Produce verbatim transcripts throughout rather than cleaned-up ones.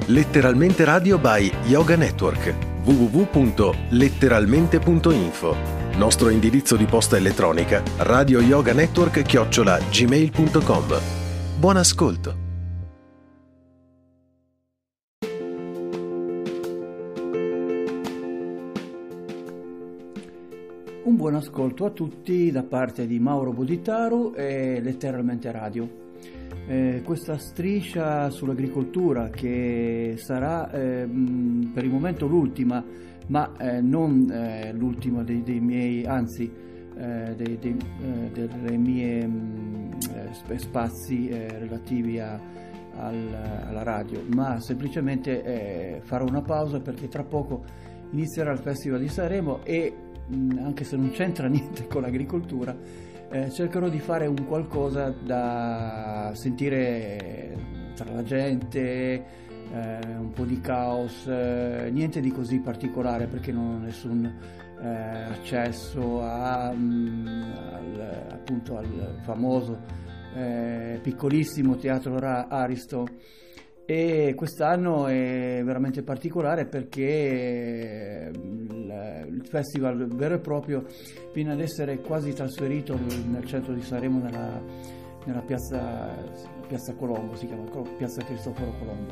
Letteralmente Radio by Yoga Network. w w w punto letteralmente punto info. Nostro indirizzo di posta elettronica radio yoga network chiocciola gmail punto com. Buon ascolto. Un buon ascolto a tutti da parte di Mauro Boditaru e Letteralmente Radio. Eh, questa striscia sull'agricoltura, che sarà eh, per il momento l'ultima, ma eh, non eh, l'ultima dei, dei miei, anzi eh, dei, dei, eh, delle mie mh, spazi eh, relativi a, al, alla radio, ma semplicemente eh, farò una pausa perché tra poco inizierà il Festival di Sanremo e mh, anche se non c'entra niente con l'agricoltura, Eh, cercherò di fare un qualcosa da sentire tra la gente, eh, un po' di caos, eh, niente di così particolare perché non ho nessun eh, accesso a, mh, al, appunto al famoso eh, piccolissimo teatro Aristo. E quest'anno è veramente particolare perché il festival vero e proprio viene ad essere quasi trasferito nel centro di Sanremo, nella, nella piazza, piazza Colombo, si chiama piazza Cristoforo Colombo,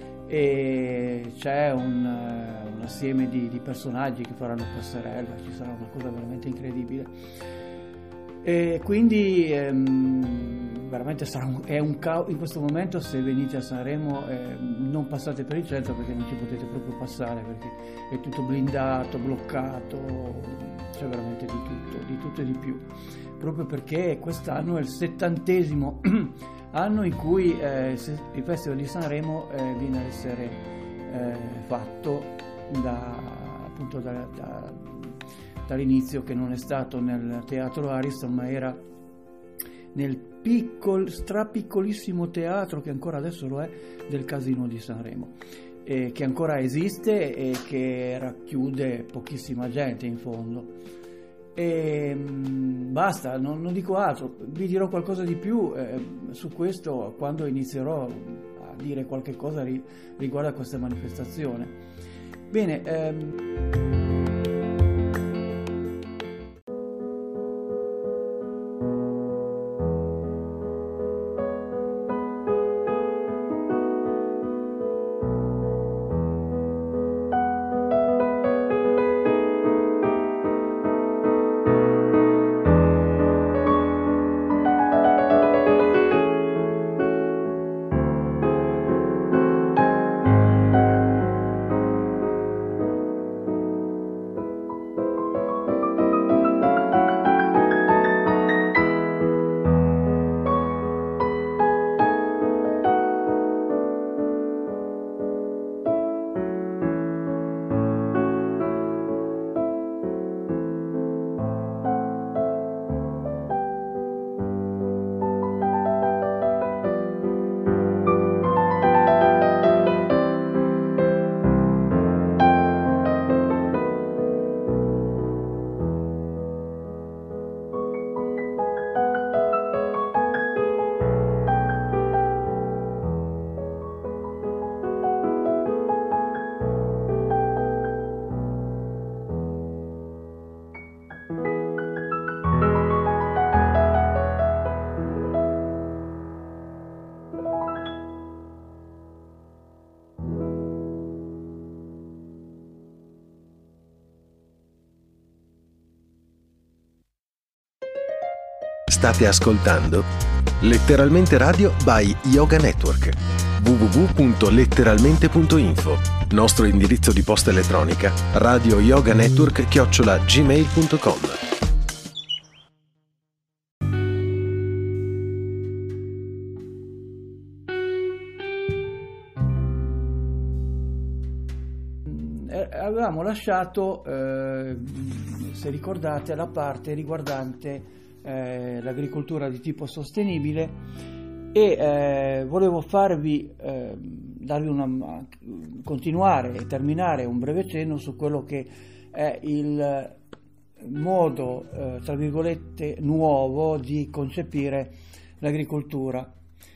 e c'è un, un assieme di, di personaggi che faranno passerella, ci sarà una cosa veramente incredibile. E quindi ehm, veramente sarà un, è un caos in questo momento. Se venite a Sanremo eh, non passate per il centro perché non ci potete proprio passare perché è tutto blindato, bloccato, c'è veramente di tutto, di tutto e di più, proprio perché quest'anno è il settantesimo anno in cui eh, il Festival di Sanremo eh, viene ad essere eh, fatto da, appunto da, da dall'inizio, che non è stato nel teatro Ariston ma era nel piccol, strapiccolissimo teatro che ancora adesso lo è, del Casino di Sanremo, e che ancora esiste e che racchiude pochissima gente in fondo. E mh, basta, non, non dico altro, vi dirò qualcosa di più eh, su questo quando inizierò a dire qualche cosa ri, riguardo a questa manifestazione. Bene, ehm... State ascoltando Letteralmente Radio by Yoga Network. w w w punto letteralmente punto info. Nostro indirizzo di posta elettronica radio yoga network chiocciola gmail punto com. Avevamo lasciato, eh, se ricordate, la parte riguardante eh, l'agricoltura di tipo sostenibile e eh, volevo farvi eh, darvi una, continuare e terminare un breve cenno su quello che è il modo eh, tra virgolette nuovo di concepire l'agricoltura.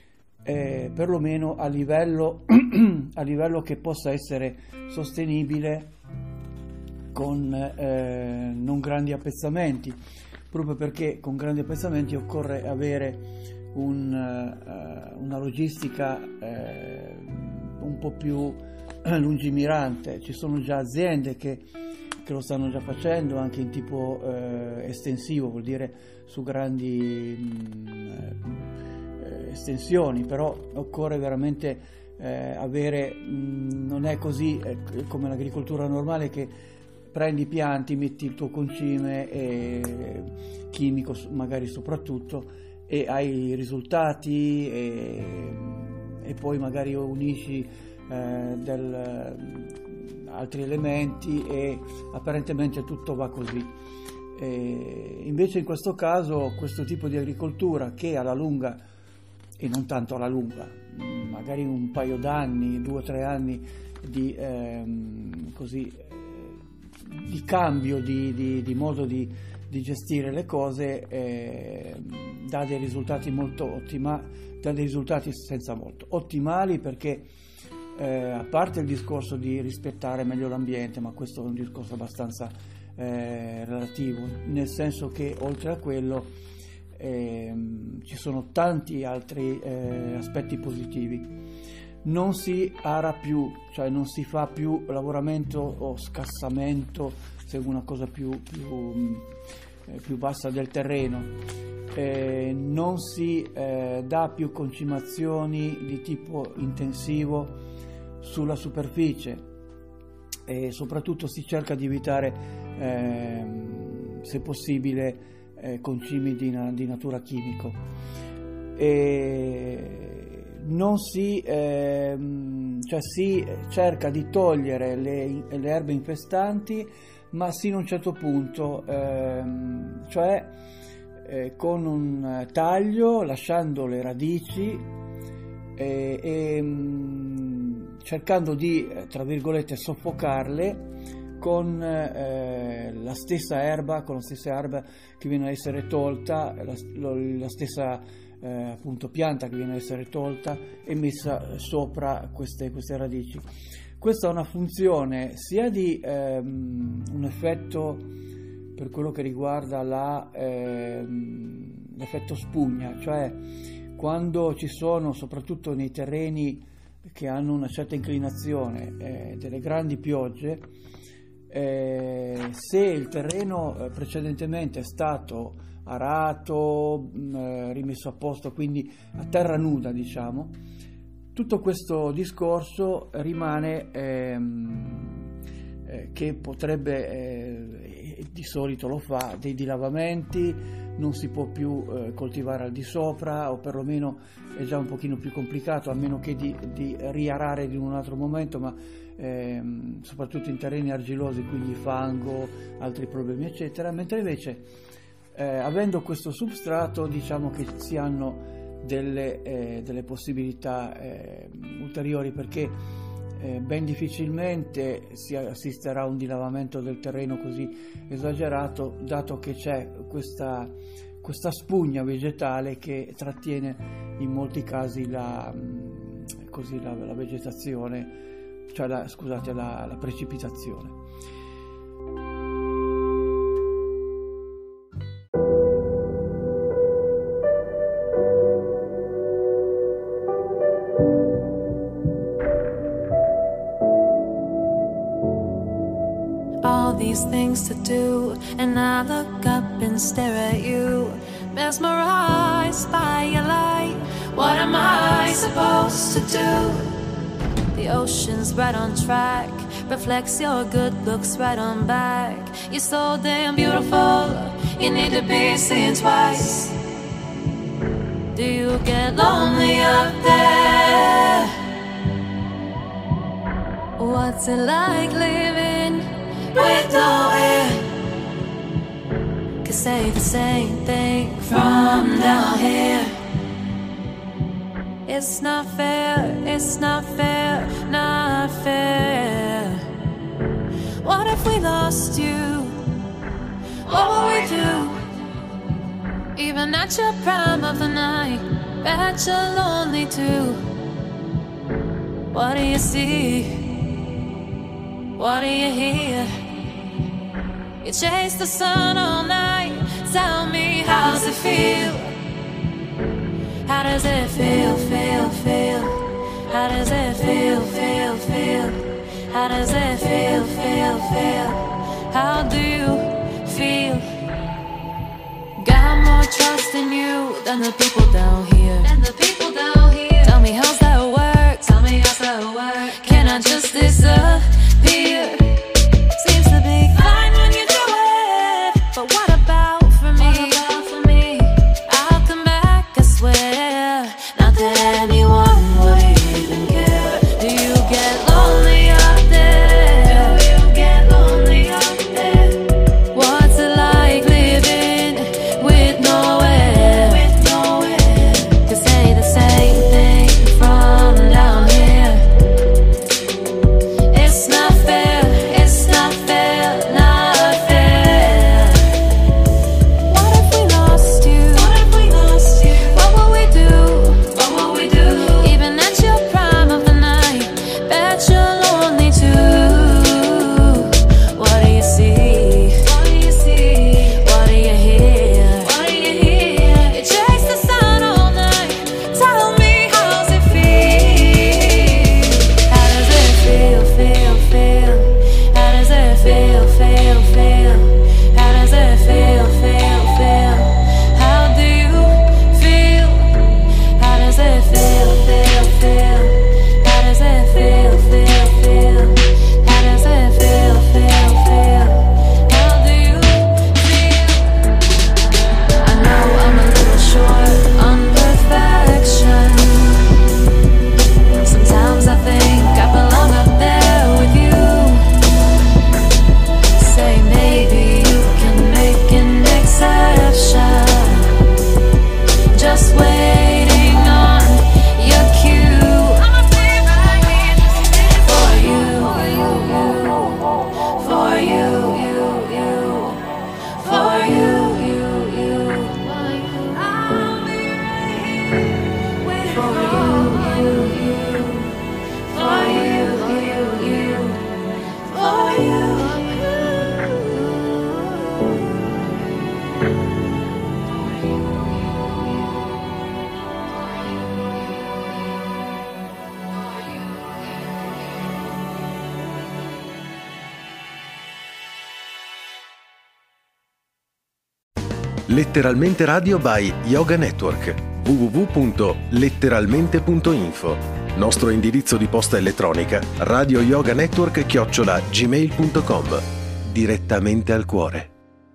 eh, perlomeno a livello, a livello che possa essere sostenibile con eh, non grandi appezzamenti, proprio perché con grandi appezzamenti occorre avere un, uh, una logistica eh, un po' più lungimirante. Ci sono già aziende che, che lo stanno già facendo anche in tipo eh, estensivo, vuol dire su grandi mh, eh, estensioni, però occorre veramente eh, avere, mh, non è così eh, come l'agricoltura normale che prendi i pianti, metti il tuo concime e chimico magari soprattutto e hai i risultati e, e poi magari unisci eh, del, altri elementi e apparentemente tutto va così. E invece in questo caso questo tipo di agricoltura che alla lunga, e non tanto alla lunga, magari un paio d'anni, due o tre anni di ehm, così di cambio di, di, di modo di, di gestire le cose eh, dà dei risultati molto ottimali, dà dei risultati senza molto ottimali, perché eh, a parte il discorso di rispettare meglio l'ambiente, ma questo è un discorso abbastanza eh, relativo, nel senso che oltre a quello eh, ci sono tanti altri eh, aspetti positivi. Non si ara più, cioè non si fa più lavoramento o scassamento, se è una cosa più, più, eh, più bassa del terreno, eh, non si eh, dà più concimazioni di tipo intensivo sulla superficie e soprattutto si cerca di evitare, eh, se possibile, eh, concimi di, na- di natura chimico. E non si, ehm, cioè si cerca di togliere le, le erbe infestanti, ma sino a un certo punto, ehm, cioè eh, con un taglio, lasciando le radici e, e mh, cercando di, tra virgolette, soffocarle con eh, la stessa erba, con la stessa erba che viene a essere tolta, la, la stessa Eh, appunto pianta che viene a essere tolta e messa sopra queste, queste radici. Questa ha una funzione sia di ehm, un effetto per quello che riguarda la, ehm, l'effetto spugna, cioè quando ci sono, soprattutto nei terreni che hanno una certa inclinazione, eh, delle grandi piogge, eh, se il terreno eh, precedentemente è stato arato, mh, rimesso a posto, quindi a terra nuda, diciamo, tutto questo discorso rimane ehm, eh, che potrebbe, eh, di solito lo fa, dei dilavamenti, non si può più eh, coltivare al di sopra, o perlomeno è già un pochino più complicato, a meno che di, di riarare in un altro momento, ma ehm, soprattutto in terreni argilosi, quindi fango, altri problemi eccetera, mentre invece Eh, avendo questo substrato, diciamo che si hanno delle, eh, delle possibilità eh, ulteriori, perché eh, ben difficilmente si assisterà a un dilavamento del terreno così esagerato, dato che c'è questa, questa spugna vegetale che trattiene in molti casi la, così, la, la vegetazione, cioè la, scusate, la, la precipitazione. These things to do, and I look up and stare at you, mesmerized by your light. What am I supposed to do? The ocean's right on track, reflects your good looks right on back. You're so damn beautiful, you need to be seen twice. Do you get lonely up there? What's it like living with no air? Could say the same thing from down here. It's not fair, it's not fair, not fair. What if we lost you? What would we do? Even at your prime of the night, Bet you're lonely too. What do you see? What do you hear? You chase the sun all night. Tell me, how's it feel? How does it feel, feel, feel? How does it feel, feel, feel? How does it feel, feel, feel? How do you feel? Got more trust in you than the people down here. And the people down here. Tell me, how's that work? Tell me, how's that work? Can I just disappear? Seems to be fine when you do it, but what about for me? What about for me? I'll come back, I swear. Not that anyone would even care. Do you get lonely out there? Do you get lonely out there? What's it like living with nowhere? With nowhere. To say the same thing from down here. It's not fair, it's not fair, not fair. What if we lost you? What if we lost you? What will we do? What will we do? Even at your prime of the night, bet you're lonely too. What do you see? What do you see? What do you hear? What do you hear? You chase the sun all night. Tell me, how's it feel? How does it feel, feel, feel? How does it feel, feel, feel? How does it feel, feel, feel? How do you feel? How does it feel, feel, feel? How does it feel, feel, feel? How does it feel, feel, feel? How do you feel? I know I'm a little short on perfection. Sometimes I think I belong up there with you. Say maybe you can make an exception. Just waiting on your cue. I'ma stay right here for you, for you, you, you, for you, you, you. I'll be right here waiting for you, you, you, for you, you, you, for you. Letteralmente Radio by Yoga Network. w w w punto letteralmente punto info. Nostro indirizzo di posta elettronica radioyoganetwork chiocciola gmail punto com. Direttamente al cuore.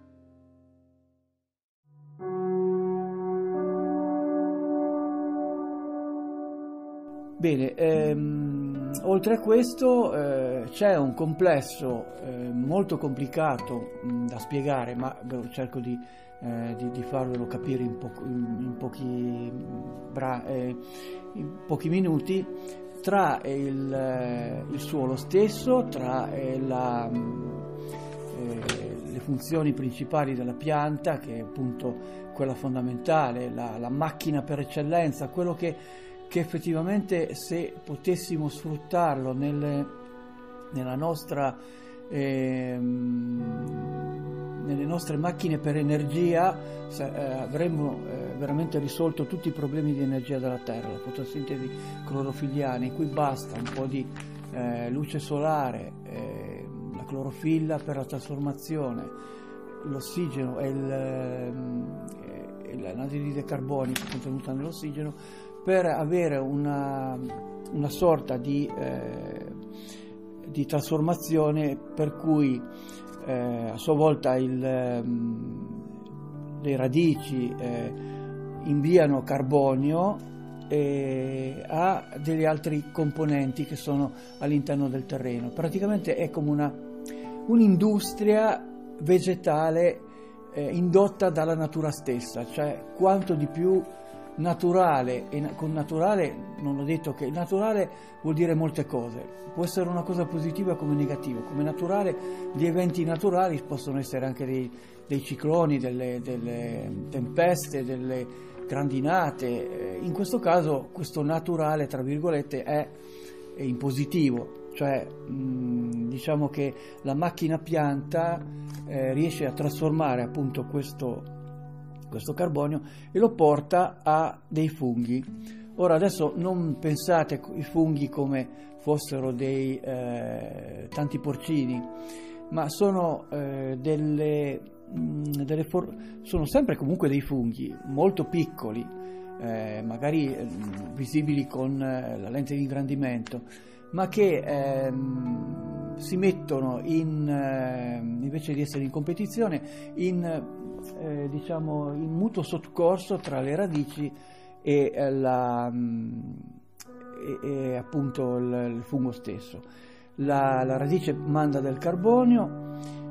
Bene, ehm, oltre a questo eh, c'è un complesso eh, molto complicato mh, da spiegare, ma beh, cerco di, eh, di, di farvelo capire in, po- in, pochi, bra- eh, in pochi minuti, tra il, eh, il suolo stesso, tra eh, la, eh, le funzioni principali della pianta, che è appunto quella fondamentale, la, la macchina per eccellenza, quello che che effettivamente, se potessimo sfruttarlo nelle, nella nostra, ehm, nelle nostre macchine per energia, sa, eh, avremmo eh, veramente risolto tutti i problemi di energia della Terra. La fotosintesi clorofilliana, in cui basta un po' di eh, luce solare, eh, la clorofilla per la trasformazione, l'ossigeno e, il, eh, e l'anidride carbonica contenuta nell'ossigeno, per avere una, una sorta di, eh, di trasformazione per cui eh, a sua volta il, eh, le radici eh, inviano carbonio eh, a degli altri componenti che sono all'interno del terreno. Praticamente è come una, un'industria vegetale eh, indotta dalla natura stessa, cioè quanto di più naturale, e con naturale non ho detto che naturale vuol dire molte cose, può essere una cosa positiva come negativa. Come naturale, gli eventi naturali possono essere anche dei, dei cicloni, delle, delle tempeste, delle, grandinate. In questo caso questo naturale, tra virgolette, è, è in positivo, cioè mh, diciamo che la macchina pianta eh, riesce a trasformare appunto questo, questo carbonio e lo porta a dei funghi. Ora adesso non pensate ai funghi come fossero dei eh, tanti porcini, ma sono eh, delle, mh, delle for- sono sempre comunque dei funghi molto piccoli, eh, magari eh, visibili con eh, la lente di ingrandimento, ma che ehm, si mettono in, eh, invece di essere in competizione, in, eh, diciamo, in mutuo soccorso tra le radici e, eh, la, e, e appunto il, il fungo stesso. La, la radice manda del carbonio,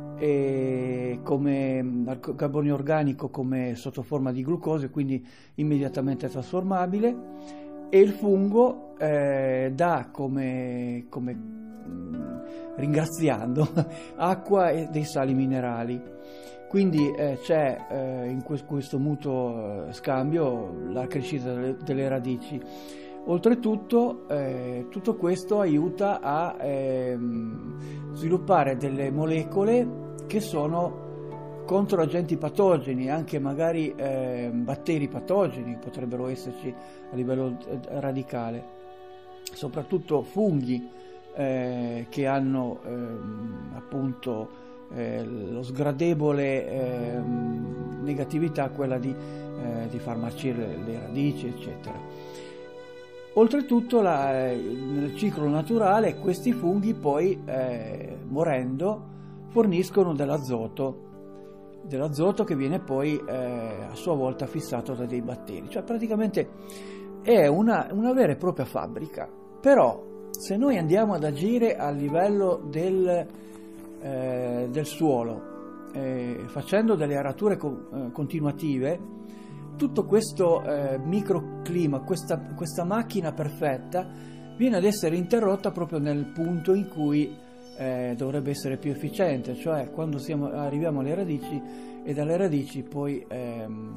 e come carbonio organico come sotto forma di glucosio, quindi immediatamente trasformabile, e il fungo eh, dà come, come mh, ringraziando acqua e dei sali minerali. Quindi eh, c'è eh, in que- questo mutuo scambio la crescita delle, delle radici. Oltretutto eh, tutto questo aiuta a eh, sviluppare delle molecole che sono contro agenti patogeni, anche magari eh, batteri patogeni potrebbero esserci a livello radicale, soprattutto funghi eh, che hanno eh, appunto eh, lo sgradevole eh, negatività, quella di, eh, di far marcire le radici, eccetera. Oltretutto la, nel ciclo naturale questi funghi poi eh, morendo forniscono dell'azoto, dell'azoto che viene poi eh, a sua volta fissato da dei batteri, cioè praticamente è una, una vera e propria fabbrica. Però se noi andiamo ad agire a livello del, eh, del suolo, eh, facendo delle arature co- eh, continuative, tutto questo eh, microclima, questa, questa macchina perfetta viene ad essere interrotta proprio nel punto in cui eh, dovrebbe essere più efficiente, cioè quando siamo, arriviamo alle radici, e dalle radici poi ehm,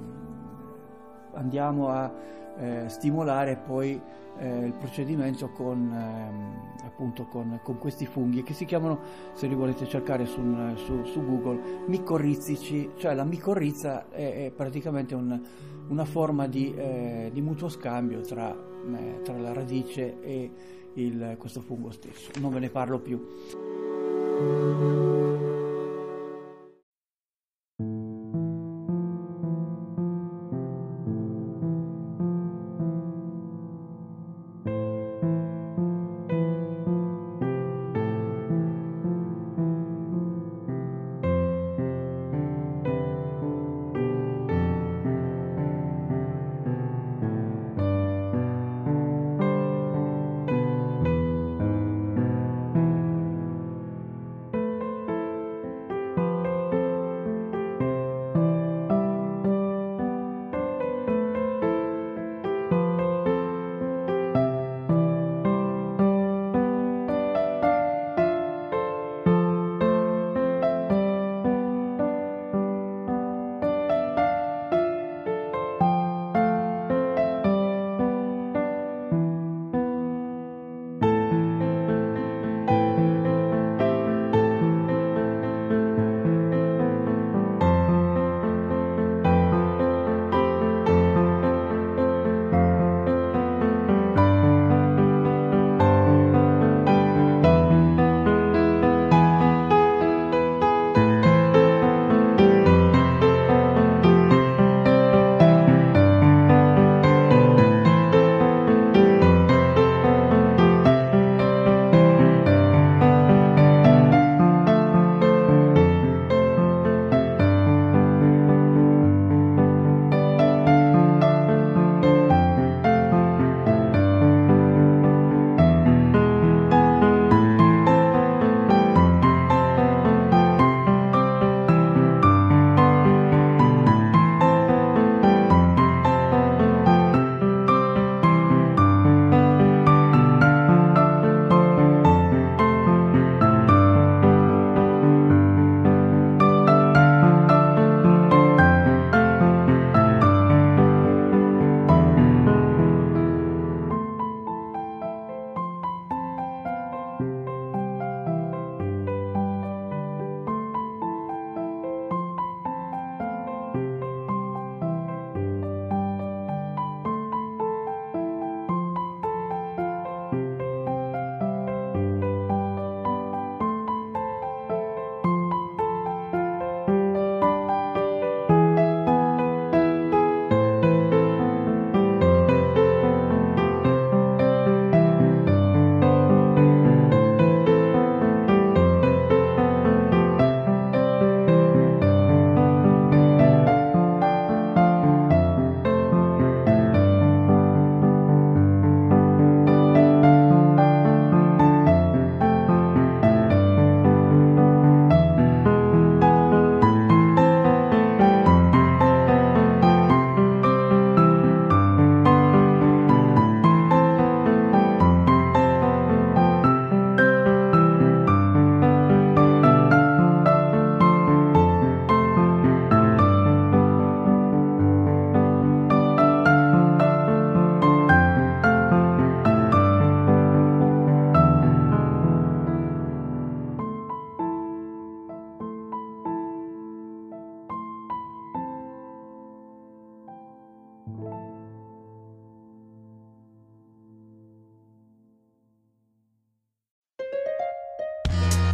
andiamo a eh, stimolare poi eh, il procedimento con, ehm, appunto con, con questi funghi che si chiamano, se li volete cercare su, su, su Google, micorrizici. Cioè la micorrizza è, è praticamente un, una forma di, eh, di mutuo scambio tra, eh, tra la radice e il, questo fungo stesso. Non ve ne parlo più.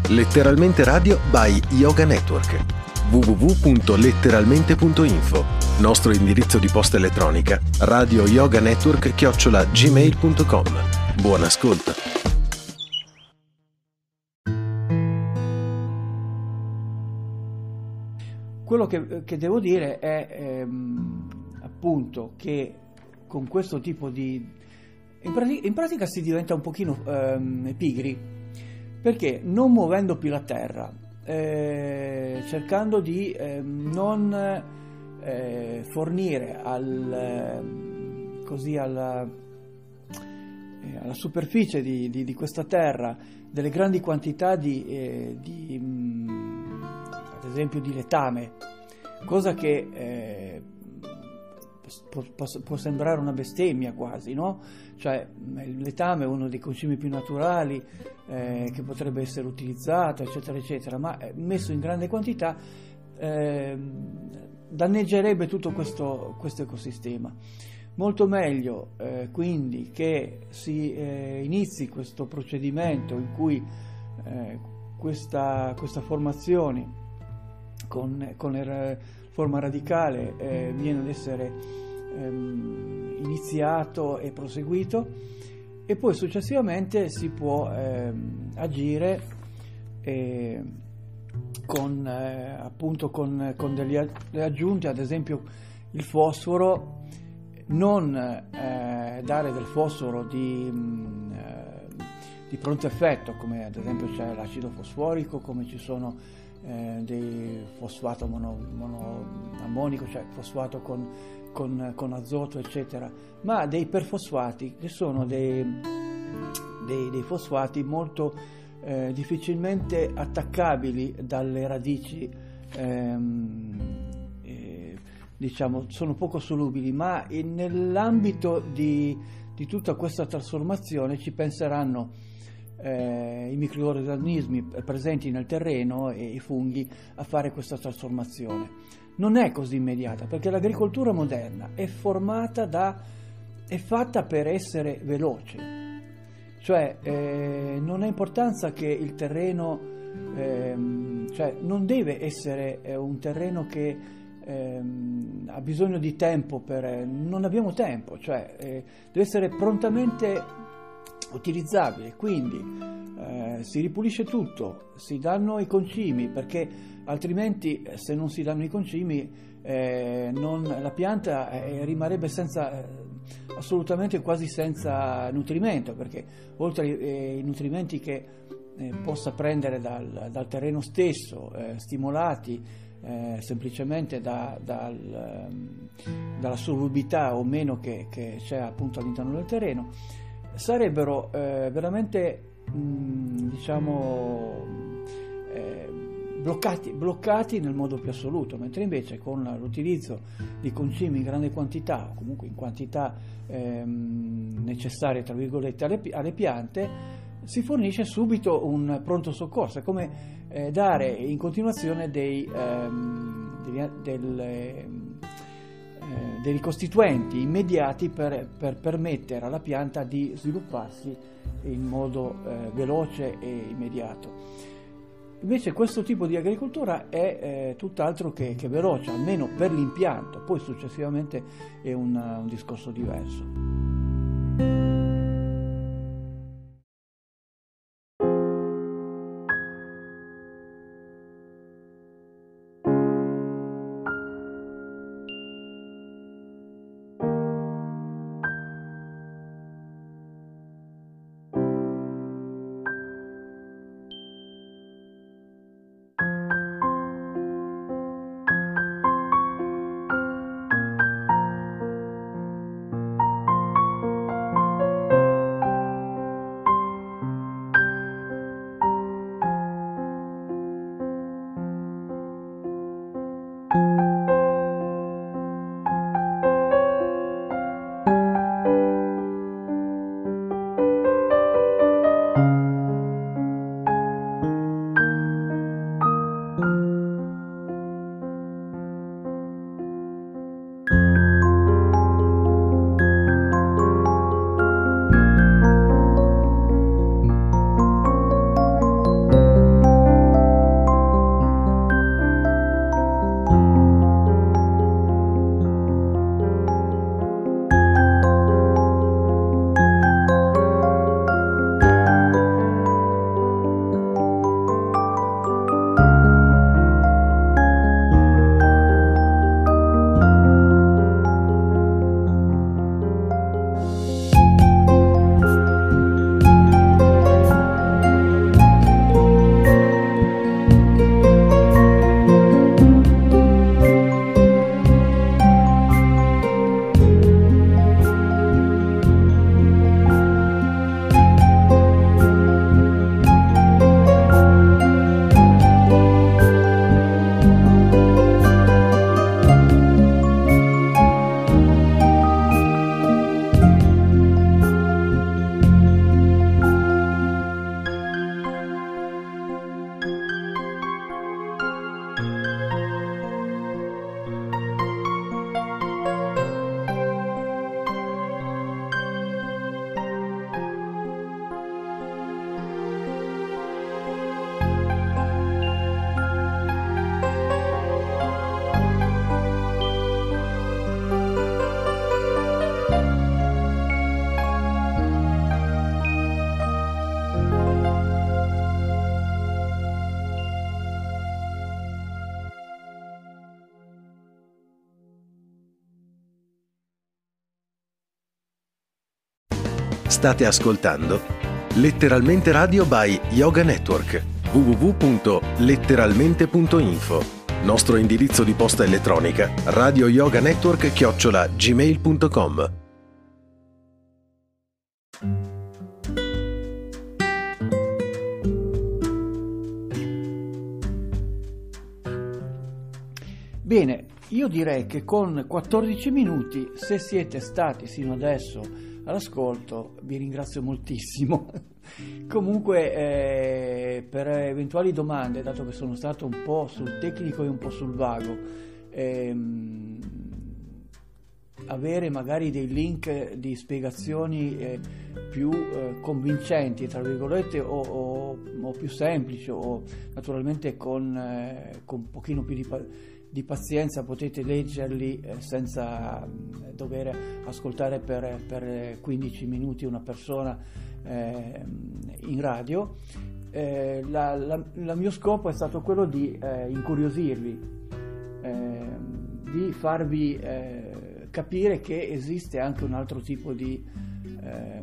Letteralmente Radio by Yoga Network. w w w punto letteralmente punto info. Nostro indirizzo di posta elettronica radio yoga network chiocciola gmail punto com. Buon ascolto. Quello che, che devo dire è ehm, appunto che con questo tipo di... In pratica, in pratica si diventa un pochino ehm, pigri, perché non muovendo più la terra, eh, cercando di eh, non eh, fornire al, eh, così alla, eh, alla superficie di, di, di questa terra delle grandi quantità di, eh, di mh, ad esempio di letame, cosa che eh, può, può, può sembrare una bestemmia quasi, no? Cioè il letame è uno dei concimi più naturali eh, che potrebbe essere utilizzato, eccetera eccetera, ma messo in grande quantità eh, danneggerebbe tutto questo, questo ecosistema. Molto meglio eh, quindi che si eh, inizi questo procedimento in cui eh, questa, questa formazione con, con la forma radicale eh, viene ad essere ehm, iniziato e proseguito, e poi successivamente si può ehm, agire eh, con, eh, appunto con, con delle aggiunte, ad esempio il fosforo, non eh, dare del fosforo di, mh, eh, di pronto effetto, come ad esempio c'è l'acido fosforico, come ci sono eh, dei fosfato mono, monoammonico, cioè fosfato con, con, con azoto, eccetera, ma dei perfosfati, che sono dei, dei, dei fosfati molto eh, difficilmente attaccabili dalle radici, ehm, eh, diciamo sono poco solubili, ma nell'ambito di, di tutta questa trasformazione ci penseranno eh, i microrganismi presenti nel terreno e i funghi a fare questa trasformazione. Non è così immediata, perché l'agricoltura moderna è formata da è fatta per essere veloce, cioè eh, non ha importanza che il terreno ehm, cioè non deve essere eh, un terreno che ehm, ha bisogno di tempo per non abbiamo tempo, cioè eh, deve essere prontamente utilizzabile, quindi eh, si ripulisce tutto, si danno i concimi, perché altrimenti se non si danno i concimi eh, non, la pianta eh, rimarrebbe senza eh, assolutamente quasi senza nutrimento, perché oltre ai eh, nutrimenti che eh, possa prendere dal, dal terreno stesso, eh, stimolati eh, semplicemente da, dal, dalla solubilità o meno che, che c'è appunto all'interno del terreno, sarebbero eh, veramente mh, diciamo eh, bloccati, bloccati nel modo più assoluto, mentre invece con l'utilizzo di concimi in grande quantità, o comunque in quantità ehm, necessarie tra virgolette alle, alle piante, si fornisce subito un pronto soccorso. È come eh, dare in continuazione dei, ehm, degli, delle, Eh, dei ricostituenti immediati per, per permettere alla pianta di svilupparsi in modo eh, veloce e immediato. Invece questo tipo di agricoltura è eh, tutt'altro che, che veloce, almeno per l'impianto, poi successivamente è un, un discorso diverso. State ascoltando Letteralmente Radio by Yoga Network. w w w punto letteralmente punto info. Nostro indirizzo di posta elettronica radio yoga network chiocciola gmail punto com. Bene, io direi che con quattordici minuti, se siete stati sino adesso all'ascolto, vi ringrazio moltissimo. Comunque eh, per eventuali domande, dato che sono stato un po' sul tecnico e un po' sul vago, ehm, avere magari dei link di spiegazioni eh, più eh, convincenti, tra virgolette, o, o, o più semplici, o naturalmente con, eh, con un pochino più di, di pazienza potete leggerli eh, senza mh, dover ascoltare per, per quindici minuti una persona eh, in radio. Eh, la, la, la mio scopo è stato quello di eh, incuriosirvi, eh, di farvi eh, capire che esiste anche un altro tipo di, eh,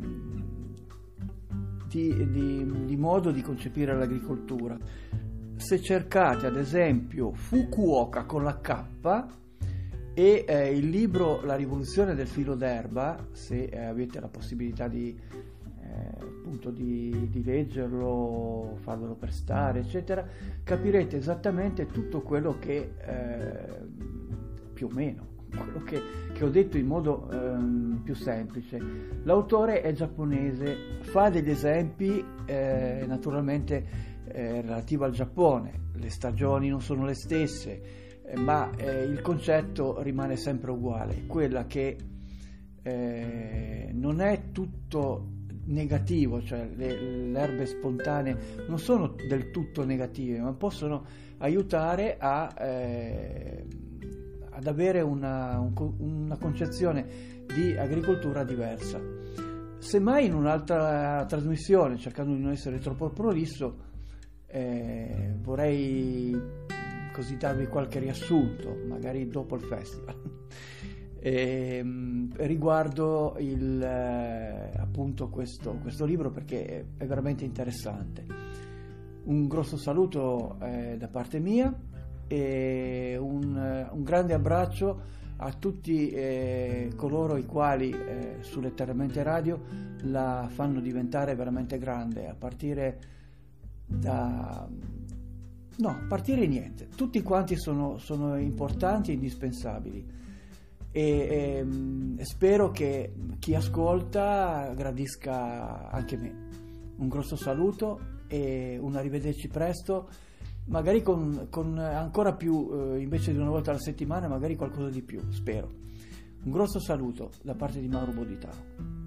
di, di, di modo di concepire l'agricoltura. Se cercate ad esempio Fukuoka con la K e eh, il libro La rivoluzione del filo d'erba, se eh, avete la possibilità di, eh, appunto di, di leggerlo, farvelo prestare, eccetera, capirete esattamente tutto quello che eh, più o meno quello che, che ho detto in modo ehm, più semplice. L'autore è giapponese, fa degli esempi eh, naturalmente eh, relativi al Giappone, le stagioni non sono le stesse, eh, ma eh, il concetto rimane sempre uguale, quella che eh, non è tutto negativo, cioè le, le erbe spontanee non sono del tutto negative, ma possono aiutare a eh, ad avere una, un, una concezione di agricoltura diversa. Semmai in un'altra trasmissione, cercando di non essere troppo prolisso, eh, vorrei così darvi qualche riassunto, magari dopo il festival, eh, riguardo il, eh, appunto questo, questo libro, perché è, è veramente interessante. Un grosso saluto eh, da parte mia e un, un grande abbraccio a tutti eh, coloro i quali eh, su Letteralmente Radio la fanno diventare veramente grande, a partire da no, a partire niente, tutti quanti sono, sono importanti e indispensabili e, e, e spero che chi ascolta gradisca anche me. Un grosso saluto e un arrivederci presto, magari con, con ancora più, eh, invece di una volta alla settimana, magari qualcosa di più, spero. Un grosso saluto da parte di Mauro Boditaro.